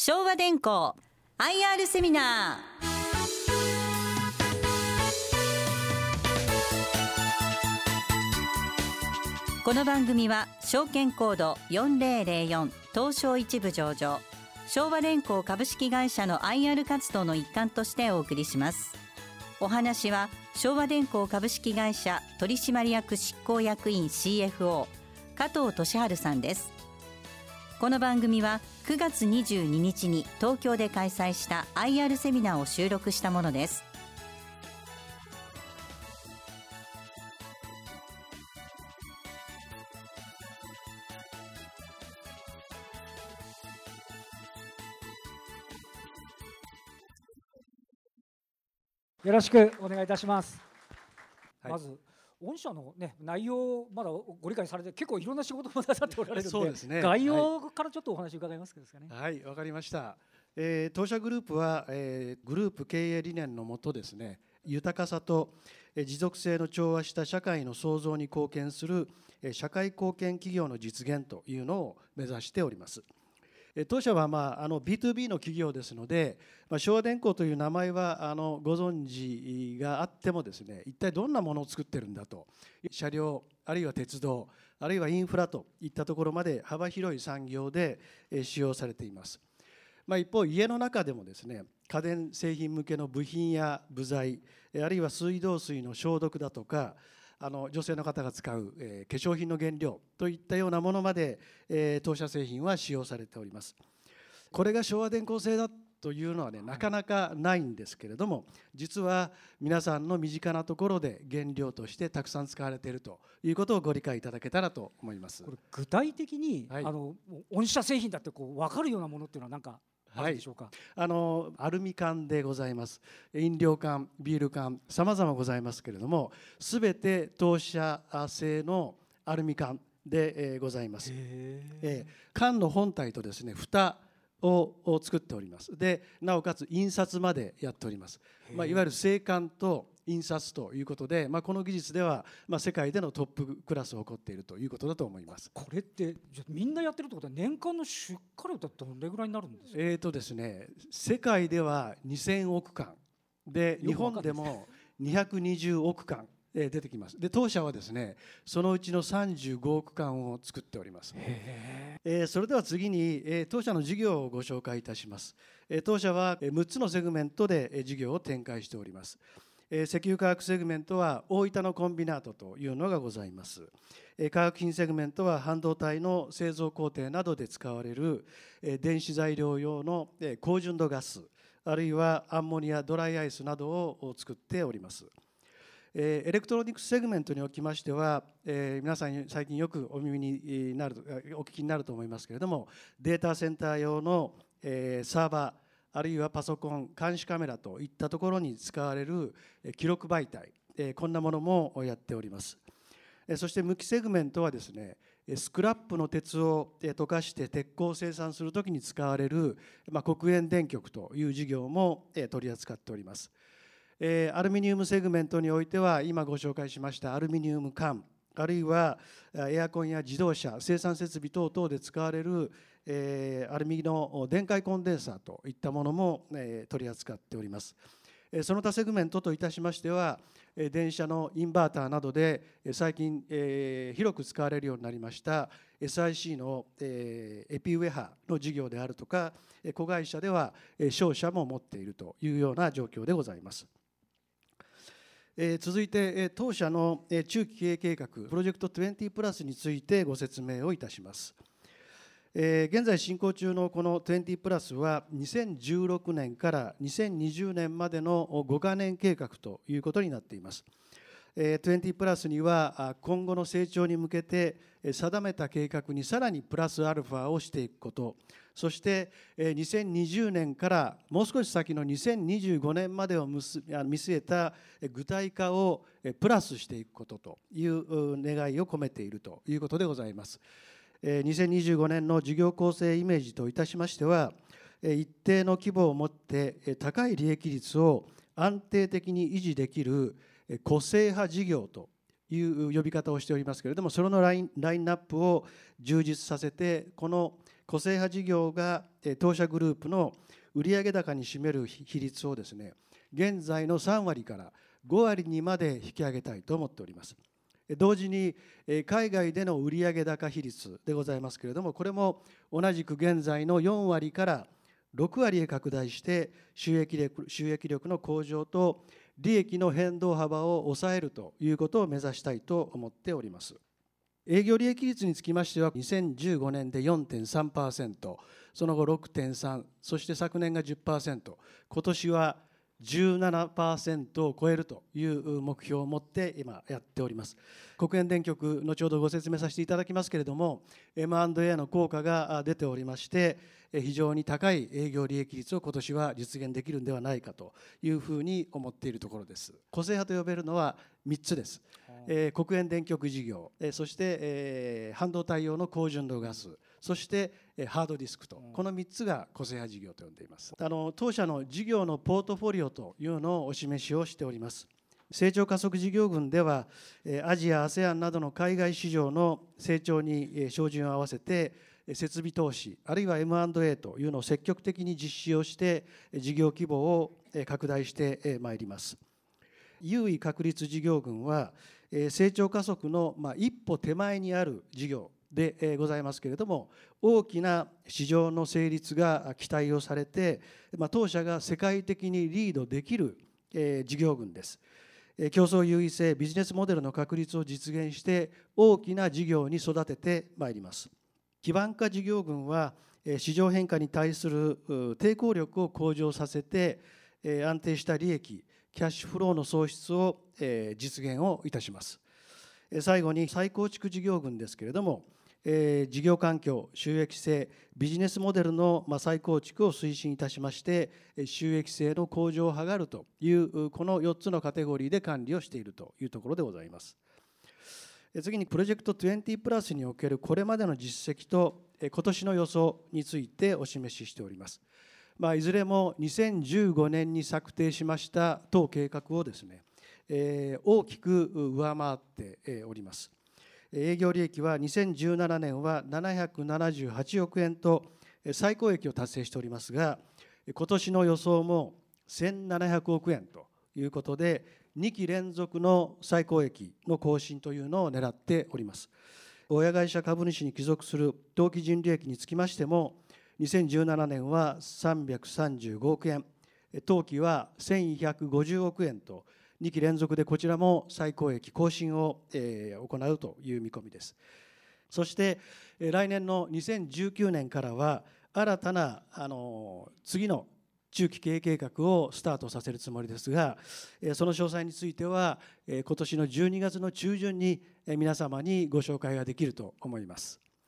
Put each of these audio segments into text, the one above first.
昭和電工 IR セミナー。この番組は証券コード4004東証一部上場昭和電工株式会社の IR 活動の一環としてお送りします。お話は昭和電工株式会社取締役執行役員 CFO 加藤俊治さんです。この番組は9月22日に東京で開催した IR セミナーを収録したものです。 よろしくお願いいたします。 はい、 まず御社の、内容まだご理解されて結構いろんな仕事もなさっておられるので、 そうですね、 概要からちょっとお話伺いますかね。 はい、わかりました。当社グループは、グループ経営理念のもとですね、豊かさと持続性の調和した社会の創造に貢献する社会貢献企業の実現というのを目指しております。当社は、B2B の企業ですので、昭和電工という名前はご存知があってもですね、一体どんなものを作ってるんだと、車両あるいは鉄道あるいはインフラといったところまで幅広い産業で使用されています。一方、家の中でもですね、家電製品向けの部品や部材あるいは水道水の消毒だとか、女性の方が使う、化粧品の原料といったようなものまで、当社製品は使用されております。これが昭和電工製だというのはね、なかなかないんですけれども、実は皆さんの身近なところで原料としてたくさん使われているということをご理解いただけたらと思います。 これ具体的に、 はい、 御社製品だって分かるようなものっていうのは何かあるでしょうか。 アルミ缶でございます。飲料缶、ビール缶、さまざまございますけれども、すべて当社製のアルミ缶で、ございます。缶の本体とですね、蓋を作っております。で、なおかつ印刷までやっております。いわゆる製缶と印刷ということで、この技術では、世界でのトップクラスを誇っているということだと思います。 これってみんなやってるってことは年間の出荷量ってどれぐらいになるんですか。 ですね、世界では2000億缶で、日本でも220億缶出てきます。で、当社はですね、そのうちの35億缶を作っております。それでは次に、当社の事業をご紹介いたします。当社は6つのセグメントで事業を展開しております。石油化学セグメントは大分のコンビナートというのがございます。化学品セグメントは半導体の製造工程などで使われる電子材料用の高純度ガスあるいはアンモニアドライアイスなどを作っております。エレクトロニクスセグメントにおきましては、皆さん最近よくお聞きになると思いますけれども、データセンター用のサーバーあるいはパソコン、監視カメラといったところに使われる記録媒体、こんなものもやっております。そして無機セグメントはですね、スクラップの鉄を溶かして鉄鋼を生産するときに使われる黒煙電極という事業も取り扱っております。アルミニウムセグメントにおいては今ご紹介しましたアルミニウム缶あるいはエアコンや自動車生産設備等々で使われるアルミの電解コンデンサーといったものも取り扱っております。その他セグメントといたしましては、電車のインバーターなどで最近広く使われるようになりました SiC のエピウェハの事業であるとか、子会社では商社も持っているというような状況でございます。続いて当社の中期経営計画プロジェクト20プラスについてご説明をいたします。現在進行中のこの20プラスは2016年から2020年までの5カ年計画ということになっています。20プラスには今後の成長に向けて定めた計画にさらにプラスアルファをしていくこと、そして2020年からもう少し先の2025年までを見据えた具体化をプラスしていくことという願いを込めているということでございます。2025年の事業構成イメージといたしましては、一定の規模を持って高い利益率を安定的に維持できる個性派事業という呼び方をしておりますけれども、それのラインナップを充実させて、この個性派事業が当社グループの売上高に占める比率をですね、現在の3割から5割にまで引き上げたいと思っております。同時に海外での売上高比率でございますけれども、これも同じく現在の4割から6割へ拡大して、収益力の向上と利益の変動幅を抑えるということを目指したいと思っております。営業利益率につきましては、2015年で 4.3%、その後 6.3%、そして昨年が 10%、今年は17% を超えるという目標を持って今やっております。国営電局、後ほどご説明させていただきますけれども、 M&A の効果が出ておりまして、非常に高い営業利益率を今年は実現できるんではないかというふうに思っているところです。個性派と呼べるのは3つです。国営電局事業、そして半導体用の高純度ガス、そしてハードディスクと、この3つが個性派事業と呼んでいます。当社の事業のポートフォリオというのをお示しをしております。成長加速事業群では、アジア、ASEAN などの海外市場の成長に照準を合わせて、設備投資あるいは M&A というのを積極的に実施をして、事業規模を拡大してまいります。優位確立事業群は、成長加速の一歩手前にある事業でございますけれども、大きな市場の成立が期待をされて、当社が世界的にリードできる事業群です。競争優位性、ビジネスモデルの確立を実現して大きな事業に育ててまいります。基盤化事業群は市場変化に対する抵抗力を向上させて、安定した利益、キャッシュフローの創出を実現をいたします。最後に再構築事業群ですけれども、事業環境、収益性、ビジネスモデルの再構築を推進いたしまして、収益性の向上を図るというこの4つのカテゴリーで管理をしているというところでございます。次にプロジェクト20プラスにおけるこれまでの実績と今年の予想についてお示ししております。いずれも2015年に策定しました当計画をですね、大きく上回っております。営業利益は2017年は778億円と最高益を達成しておりますが、今年の予想も1700億円ということで、2期連続の最高益の更新というのを狙っております。親会社株主に帰属する当期純利益につきましても、2017年は335億円、当期は1150億円と、2期連続でこちらも最高益更新を行うという見込みです。そして来年の2019年からは新たな次の中期経営計画をスタートさせるつもりですが、その詳細については今年の12月の中旬に皆様にご紹介ができると思います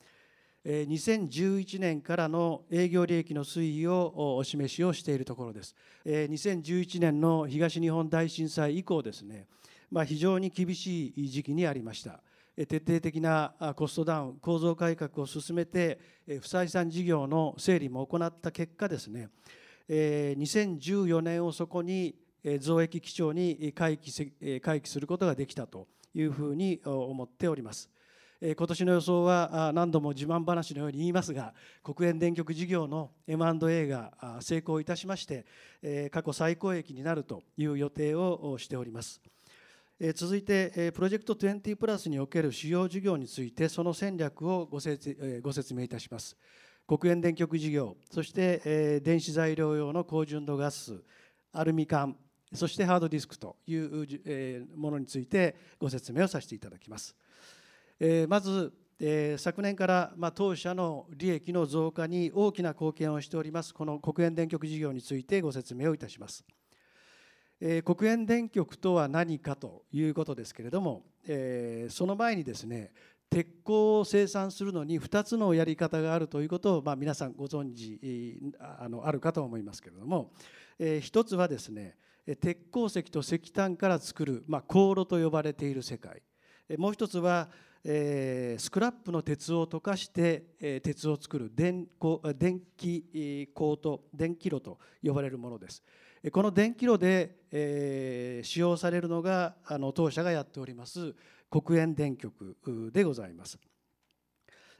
。2011年からの営業利益の推移をお示しをしているところです。2011年の東日本大震災以降ですね、非常に厳しい時期にありました。徹底的なコストダウン、構造改革を進めて不採算事業の整理も行った結果ですね、2014年をそこに増益基調に回帰することができたというふうに思っております。今年の予想は何度も自慢話のように言いますが、国営電局事業の M&A が成功いたしまして、過去最高益になるという予定をしております。続いてプロジェクト20プラスにおける主要事業についてその戦略をご説明いたします。国営電局事業、そして電子材料用の高純度ガス、アルミ缶、そしてハードディスクというものについてご説明をさせていただきます。まず昨年から当社の利益の増加に大きな貢献をしておりますこの国営電局事業についてご説明をいたします。国営電局とは何かということですけれども、その前にですね、鉄鋼を生産するのに2つのやり方があるということを皆さんご存知あるかと思いますけれども、一つはですね、鉄鉱石と石炭から作る鋼炉と呼ばれている世界、もう一つはスクラップの鉄を溶かして鉄を作る電気鋼と電気炉と呼ばれるものです。この電気炉で使用されるのが当社がやっております国営電局でございます。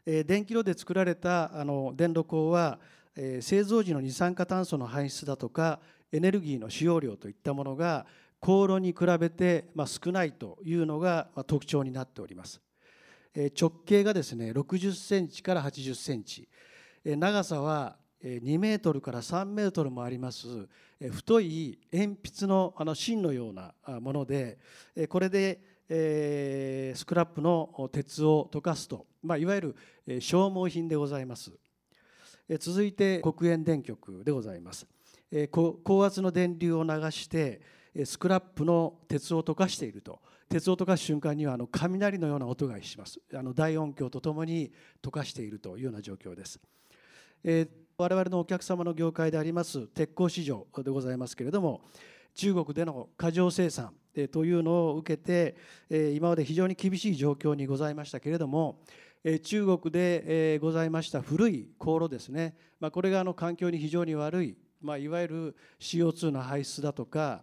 電気炉で作られた電炉鋼は、製造時の二酸化炭素の排出だとかエネルギーの使用量といったものが高炉に比べて少ないというのが特徴になっております。直径がですね60センチから80センチ、長さは2メートルから3メートルもあります太い鉛筆の芯のようなもので、これでスクラップの鉄を溶かすと、いわゆる消耗品でございます。続いて黒煙電極でございます。高圧の電流を流してスクラップの鉄を溶かしていると。鉄を溶かす瞬間には雷のような音がします。大音響とともに溶かしているというような状況です。我々のお客様の業界であります鉄鋼市場でございますけれども、中国での過剰生産というのを受けて今まで非常に厳しい状況にございましたけれども、中国でございました古い高炉ですね、これが環境に非常に悪い、いわゆる CO2 の排出だとか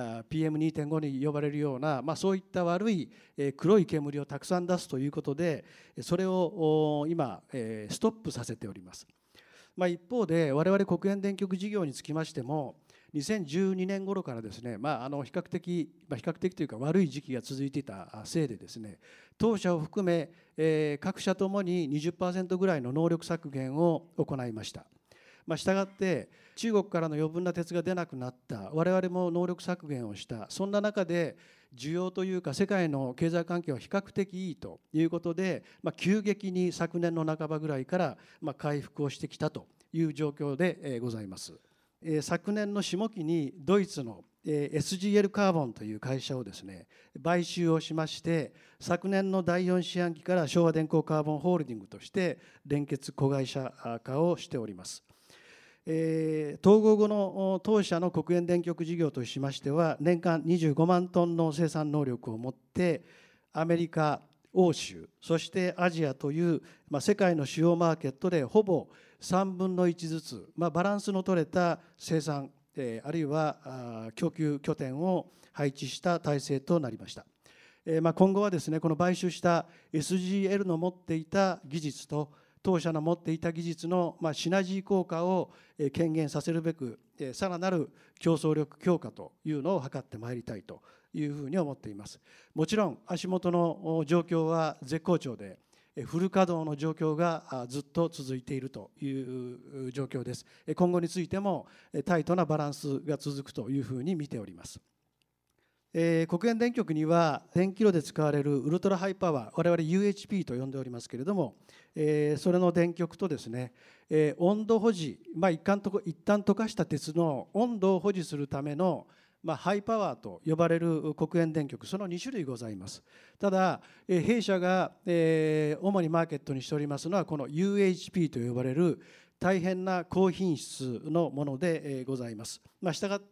PM2.5 に呼ばれるような、そういった悪い黒い煙をたくさん出すということで、それを今ストップさせております。一方で我々黒煙電極事業につきましても2012年頃からですね、比較的というか悪い時期が続いていたせいでですね、当社を含め各社ともに 20% ぐらいの能力削減を行いました。したがって中国からの余分な鉄が出なくなった、我々も能力削減をした、そんな中で需要というか世界の経済環境は比較的いいということで、急激に昨年の半ばぐらいから回復をしてきたという状況でございます。昨年の下期にドイツの SGL カーボンという会社をですね買収をしまして、昨年の第4四半期から昭和電工カーボンホールディングとして連結子会社化をしております。統合後の当社の黒煙電極事業としましては、年間25万トンの生産能力を持ってアメリカ、欧州、そしてアジアという世界の主要マーケットでほぼ3分の1ずつバランスの取れた生産あるいは供給拠点を配置した体制となりました。今後はですね、この買収した SGL の持っていた技術と当社の持っていた技術のシナジー効果を軽減させるべく、さらなる競争力強化というのを図ってまいりたいというふうに思っています。もちろん足元の状況は絶好調で、フル稼働の状況がずっと続いているという状況です。今後についてもタイトなバランスが続くというふうに見ております。黒煙電極には電気炉で使われるウルトラハイパワー、我々 UHP と呼んでおりますけれども、それの電極とですね、温度保持、一旦溶かした鉄の温度を保持するためのハイパワーと呼ばれる黒煙電極、その2種類ございます。ただ弊社が主にマーケットにしておりますのはこの UHP と呼ばれる大変な高品質のものでございます。したがって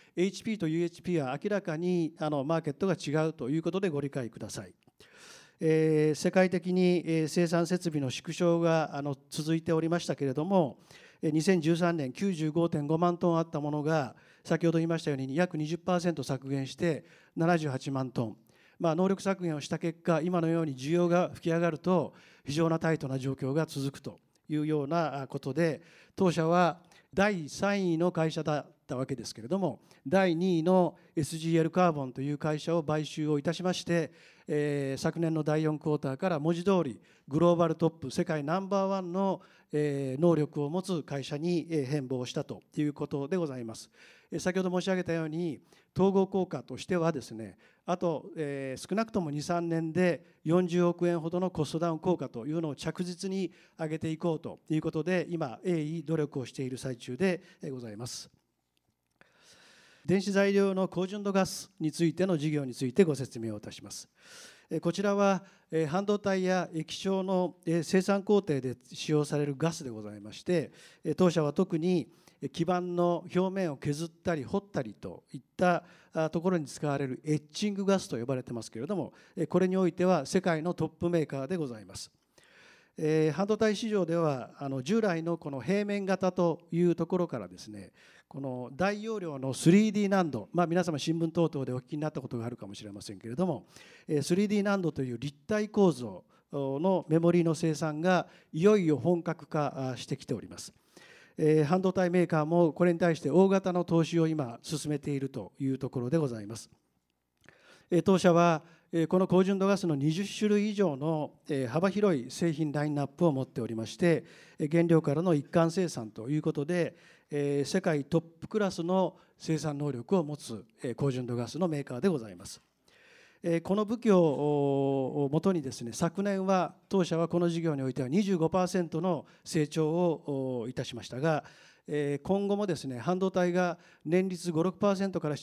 HP と UHP は明らかにマーケットが違うということでご理解ください。世界的に生産設備の縮小が続いておりましたけれども、2013年 95.5 万トンあったものが先ほど言いましたように約 20% 削減して78万トン、能力削減をした結果、今のように需要が吹き上がると非常なタイトな状況が続くというようなことで、当社は第3位の会社だったわけですけれども、第2位の SGL カーボンという会社を買収をいたしまして、昨年の第4クォーターから文字通りグローバルトップ、世界ナンバーワンの能力を持つ会社に変貌したということでございます。先ほど申し上げたように統合効果としてはですね、あと少なくとも 2,3 年で40億円ほどのコストダウン効果というのを着実に上げていこうということで、今鋭意努力をしている最中でございます。電子材料の高純度ガスについての事業についてご説明をいたします。こちらは半導体や液晶の生産工程で使用されるガスでございまして、当社は特に基板の表面を削ったり掘ったりといったところに使われるエッチングガスと呼ばれてますけれども、これにおいては世界のトップメーカーでございます。半導体市場では従来のこの平面型というところからですね、この大容量の 3D 難度、皆様新聞等々でお聞きになったことがあるかもしれませんけれども、3D 難度という立体構造のメモリーの生産がいよいよ本格化してきております。半導体メーカーもこれに対して大型の投資を今進めているというところでございます。当社はこの高純度ガスの20種類以上の幅広い製品ラインナップを持っておりまして、原料からの一貫生産ということで世界トップクラスの生産能力を持つ高純度ガスのメーカーでございます。この武器をもとにですね、昨年は当社はこの事業においては 25% の成長をいたしましたが、今後もですね、半導体が年率 5-6% から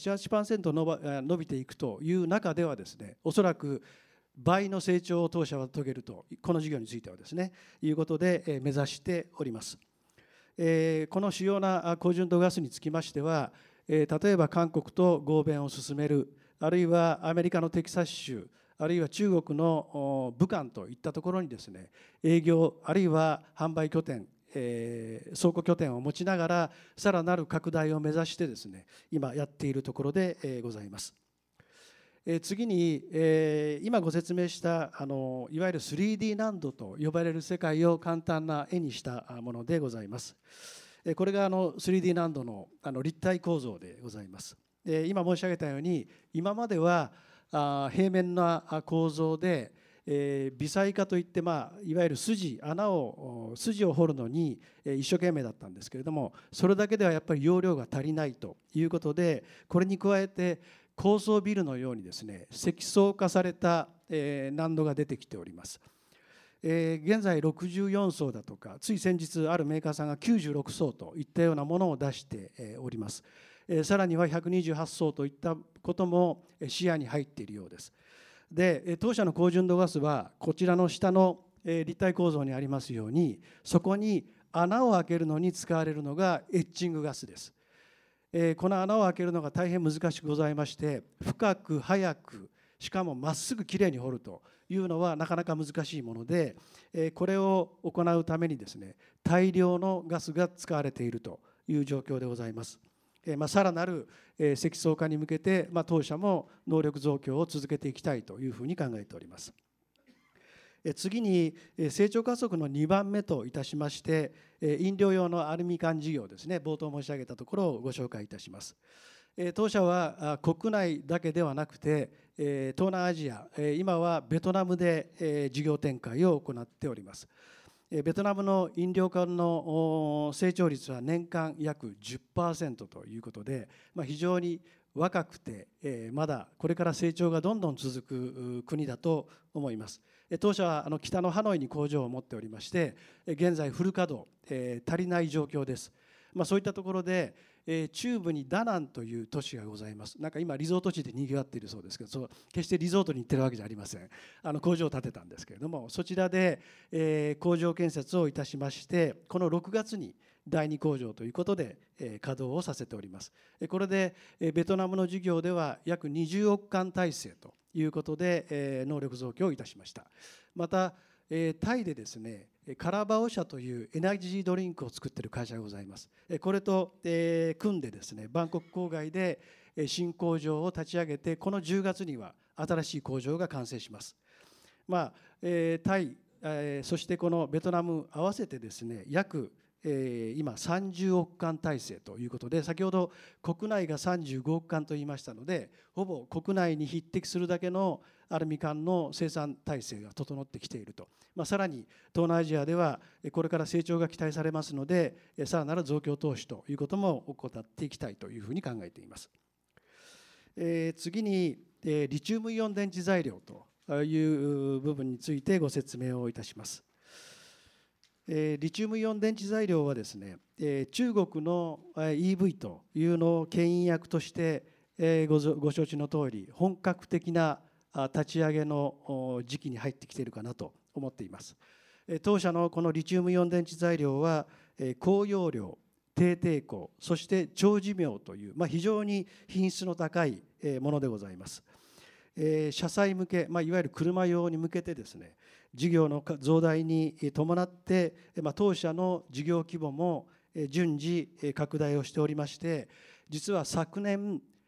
7-8% 伸びていくという中ではですね、おそらく倍の成長を当社は遂げると、この事業についてはですね、いうことで目指しております。この主要な高純度ガスにつきましては、例えば韓国と合弁を進める、あるいはアメリカのテキサス州、あるいは中国の武漢といったところにですね、営業あるいは販売拠点、倉庫拠点を持ちながらさらなる拡大を目指してですね、今やっているところでございます。次に今ご説明したいわゆる 3D 難度と呼ばれる世界を簡単な絵にしたものでございます。これが3D 難度の立体構造でございます。今申し上げたように、今までは平面な構造で微細化といって、いわゆる筋を掘るのに一生懸命だったんですけれども、それだけではやっぱり容量が足りないということで、これに加えて高層ビルのようにですね、積層化された難度が出てきております。現在64層だとか、つい先日あるメーカーさんが96層といったようなものを出しております。さらには128層といったことも視野に入っているようです。で、当社の高純度ガスはこちらの下の立体構造にありますように、そこに穴を開けるのに使われるのがエッチングガスです。この穴を開けるのが大変難しくございまして、深く速くしかもまっすぐきれいに掘るというのはなかなか難しいもので、これを行うためにですね、大量のガスが使われているという状況でございます。さらなる積層化に向けて当社も能力増強を続けていきたいというふうに考えております。次に成長加速の2番目といたしまして、飲料用のアルミ缶事業ですね、冒頭申し上げたところをご紹介いたします。当社は国内だけではなくて東南アジア、今はベトナムで事業展開を行っております。ベトナムの飲料缶の成長率は年間約 10% ということで、非常に若くてまだこれから成長がどんどん続く国だと思います。当社は北のハノイに工場を持っておりまして、現在フル稼働足りない状況です。そういったところで中部にダナンという都市がございます。なんか今リゾート地でにぎわっているそうですけど、決してリゾートに行ってるわけじゃありません。工場を建てたんですけれども、そちらで工場建設をいたしまして、この6月に第2工場ということで稼働をさせております。これでベトナムの事業では約20億缶体制ということで能力増強をいたしました。またタイでですね、カラバオ社というエナジードリンクを作っている会社がございます。これと組んでですね、バンコク郊外で新工場を立ち上げて、この10月には新しい工場が完成します。タイ、そしてこのベトナム合わせてですね、約今30億缶体制ということで、先ほど国内が35億缶と言いましたので、ほぼ国内に匹敵するだけのアルミ缶の生産体制が整ってきていると。さらに東南アジアではこれから成長が期待されますので、さらなる増強投資ということも行っていきたいというふうに考えています。次にリチウムイオン電池材料という部分についてご説明をいたします。リチウムイオン電池材料はですね、中国の EV というのを牽引役としてご承知の通り、本格的な立ち上げの時期に入ってきているかなと思っています。当社のこのリチウムイオン電池材料は高容量、低抵抗、そして長寿命という、非常に品質の高いものでございます。車載向け、いわゆる車用に向けてですね、事業の増大に伴って、当社の事業規模も順次拡大をしておりまして、実は昨年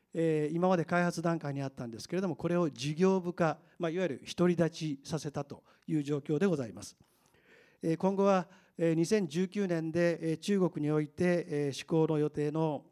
今まで開発段階にあったんですけれども、これを事業部化、いわゆる独り立ちさせたという状況でございます。今後は2019年で中国において施行の予定の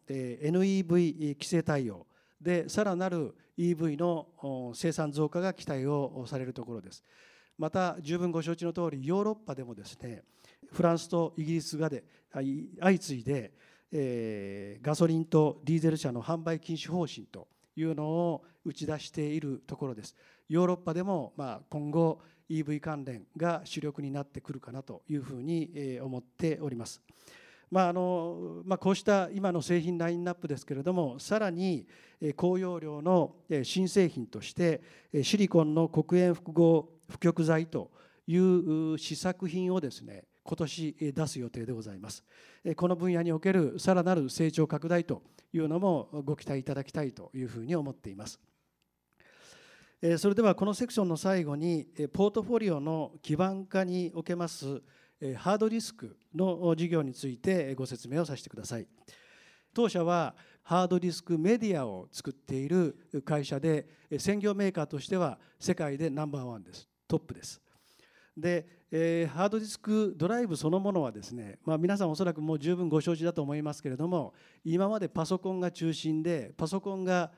NEV 規制対応で、さらなる EV の生産増加が期待をされるところです。また十分ご承知の通り、ヨーロッパでもですね、フランスとイギリスが相次いでガソリンとディーゼル車の販売禁止方針というのを打ち出しているところです。ヨーロッパでも今後 EV 関連が主力になってくるかなというふうに思っております。こうした今の製品ラインナップですけれども、さらに高容量の新製品としてシリコンの黒鉛複合不極材という試作品をですね、今年出す予定でございます。この分野におけるさらなる成長拡大というのもご期待いただきたいというふうに思っています。それではこのセクションの最後にポートフォリオの基盤化におけますハードディスクの事業についてご説明をさせてください。当社はハードディスクメディアを作っている会社で、専業メーカーとしては世界でナンバーワンです。トップです。で、ハードディスクドライブそのものはですね、皆さんおそらくもう十分ご承知だと思いますけれども、今までパソコンが中心で、パソコンが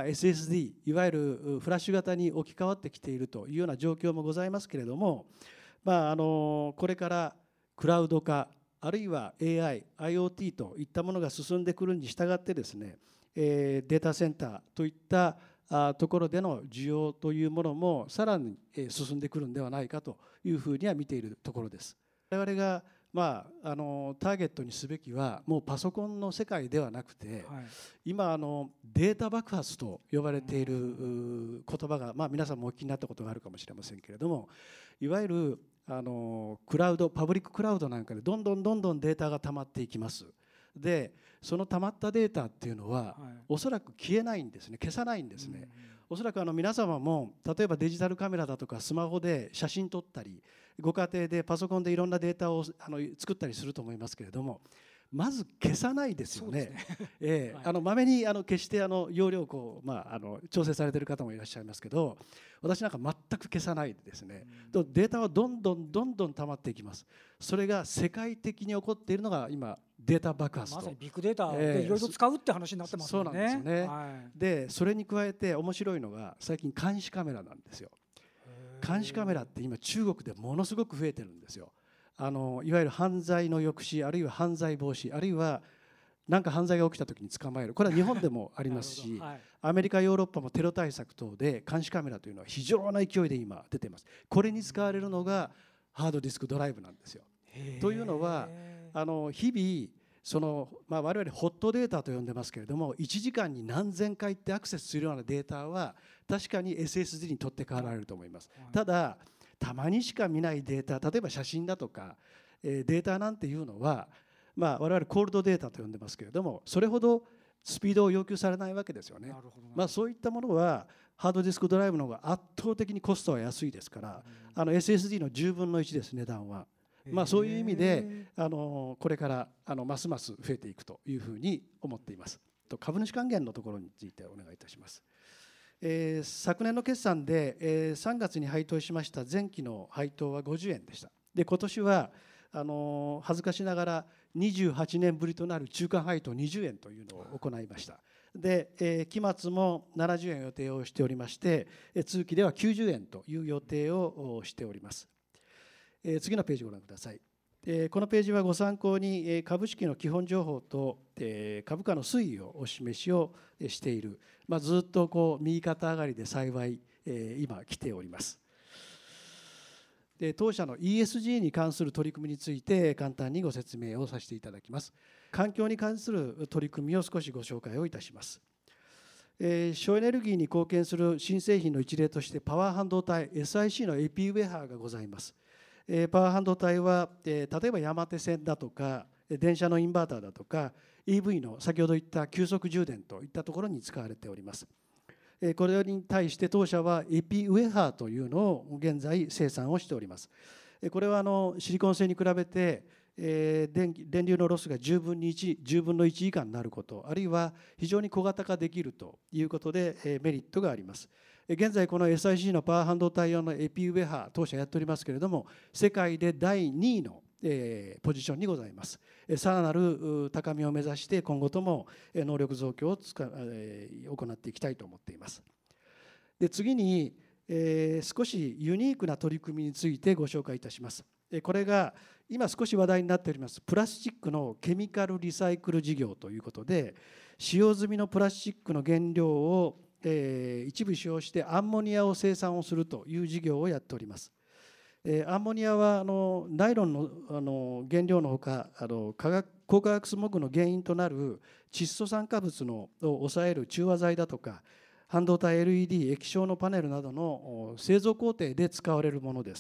SSD、いわゆるフラッシュ型に置き換わってきているというような状況もございますけれども、これからクラウド化、あるいは AI、IoT といったものが進んでくるに従ってですね、データセンターといったところでの需要というものもさらに進んでくるんではないかというふうには見ているところです。我々がターゲットにすべきはもうパソコンの世界ではなくて、今データ爆発と呼ばれている言葉が、皆さんもお聞きになったことがあるかもしれませんけれども、いわゆるクラウド、パブリッククラウドなんかでどんどんデータが溜まっていきます。でその溜まったデータっていうのは、おそらく消えないんですね、消さないんですね。おそらく皆様も例えばデジタルカメラだとかスマホで写真撮ったり、ご家庭でパソコンでいろんなデータを作ったりすると思いますけれども、まず消さないですよね。まめに決して容量を調整されている方もいらっしゃいますけど、私なんか全く消さないでですね、データはどんどん溜まっていきます。それが世界的に起こっているのが今データ爆発と、 まさにビッグデータでいろいろ使うって話になってますもんね。 そうなんですよね。でそれに加えて面白いのが最近監視カメラなんですよ。監視カメラって今中国でものすごく増えてるんですよ。いわゆる犯罪の抑止、あるいは犯罪防止、あるいは何か犯罪が起きた時に捕まえる、これは日本でもありますしアメリカヨーロッパもテロ対策等で監視カメラというのは非常な勢いで今出ています。これに使われるのがハードディスクドライブなんですよ。というのは日々我々ホットデータと呼んでますけれども、1時間に何千回ってアクセスするようなデータは確かに SSD に取って代わられると思います。ただたまにしか見ないデータ、例えば写真だとかデータなんていうのは、我々コールドデータと呼んでますけれども、それほどスピードを要求されないわけですよね。そういったものはハードディスクドライブの方が圧倒的にコストは安いですから、SSD の10分の1です、値段は。そういう意味でこれからますます増えていくというふうに思っています。株主還元のところについてお願いいたします。昨年の決算で3月に配当しました前期の配当は50円でした。で今年は恥ずかしながら28年ぶりとなる中間配当20円というのを行いました。で期末も70円予定をしておりまして、通期では90円という予定をしております。次のページをご覧ください。このページはご参考に株式の基本情報と株価の推移をお示しをしている、ずっと右肩上がりで幸い今来ております。で当社の ESG に関する取り組みについて簡単にご説明をさせていただきます。環境に関する取り組みを少しご紹介をいたします。省エネルギーに貢献する新製品の一例としてパワー半導体 SiC の AP ウェハーがございます。パワー半導体は例えば山手線だとか電車のインバーターだとか EV の先ほど言った急速充電といったところに使われております。これに対して当社はエピウェハーというのを現在生産をしております。これはシリコン製に比べて電流のロスが10分の1以下になること、あるいは非常に小型化できるということでメリットがあります。現在この SiC のパワー半導体用のエピウェハ当社やっておりますけれども、世界で第2位のポジションにございます。さらなる高みを目指して今後とも能力増強を行っていきたいと思っています。で、次に少しユニークな取り組みについてご紹介いたします。これが今少し話題になっておりますプラスチックのケミカルリサイクル事業ということで、使用済みのプラスチックの原料を一部使用してアンモニアを生産をするという事業をやっております。アンモニアはナイロンの原料のほか高化学スモッグの原因となる窒素酸化物を抑える中和剤だとか半導体 LED 液晶のパネルなどの製造工程で使われるものです。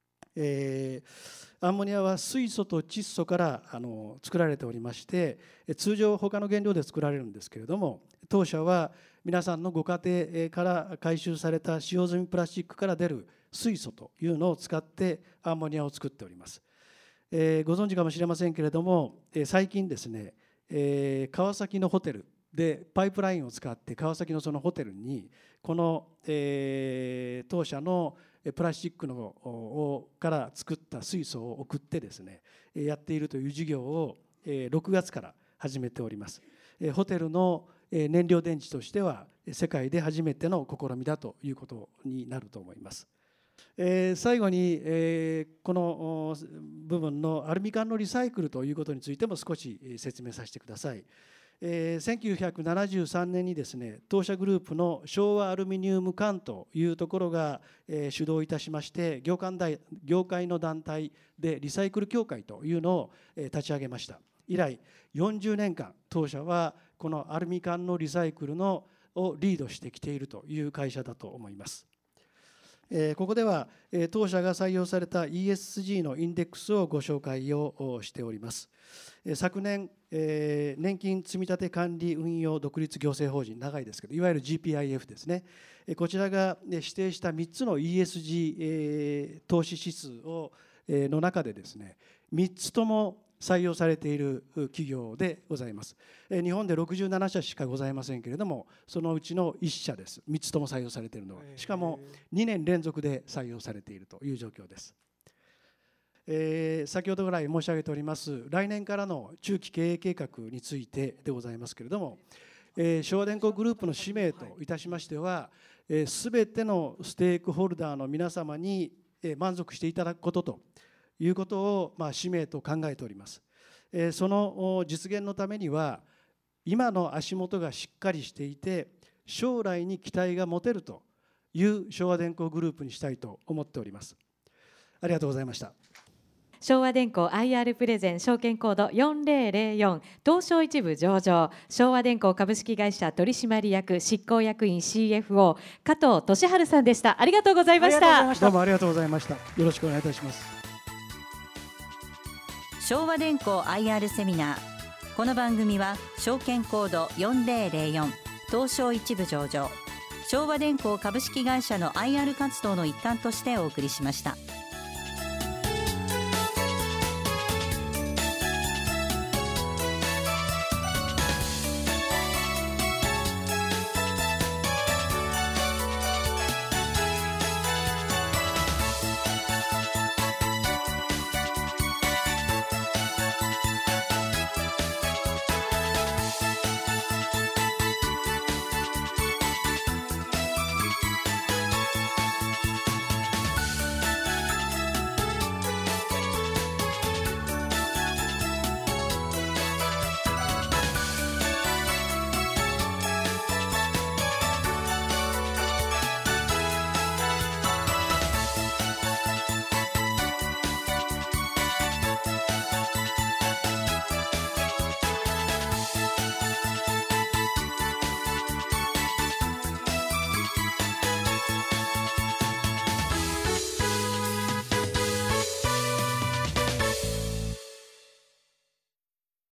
アンモニアは水素と窒素から作られておりまして、通常他の原料で作られるんですけれども、当社は皆さんのご家庭から回収された使用済みプラスチックから出る水素というのを使ってアンモニアを作っております。ご存知かもしれませんけれども、最近ですね、川崎のホテルでパイプラインを使って川崎のそのホテルにこの、当社のプラスチックから作った水素を送ってですねやっているという事業を6月から始めております。ホテルの燃料電池としては世界で初めての試みだということになると思います。最後にこの部分のアルミ缶のリサイクルということについても少し説明させてください。1973年にですね当社グループの昭和アルミニウム缶というところが主導いたしまして、業界の団体でリサイクル協会というのを立ち上げました。以来40年間当社はこのアルミ缶のリサイクルをリードしてきているという会社だと思います。ここでは当社が採用された ESG のインデックスをご紹介をしております。昨年年金積立管理運用独立行政法人、長いですけどいわゆる GPIF ですね、こちらが指定した3つの ESG 投資指数の中でですね3つとも採用されている企業でございます。日本で67社しかございませんけれども、そのうちの1社です。3つとも採用されているのは、しかも2年連続で採用されているという状況です。先ほどから申し上げております来年からの中期経営計画についてでございますけれども、昭和電工グループの使命といたしましては、すべてのステークホルダーの皆様に満足していただくことということを使命と考えております。その実現のためには今の足元がしっかりしていて将来に期待が持てるという昭和電工グループにしたいと思っております。ありがとうございました。 昭和電工 IR プレゼン証券コード4004東証一部上場昭和電工株式会社取締役執行役員 CFO 加藤俊治さんでした。ありがとうございました。 どうもありがとうございました。よろしくお願いいたします。 昭和電工 IR セミナー。この番組は証券コード4004東証一部上場昭和電工株式会社の IR 活動の一環としてお送りしました。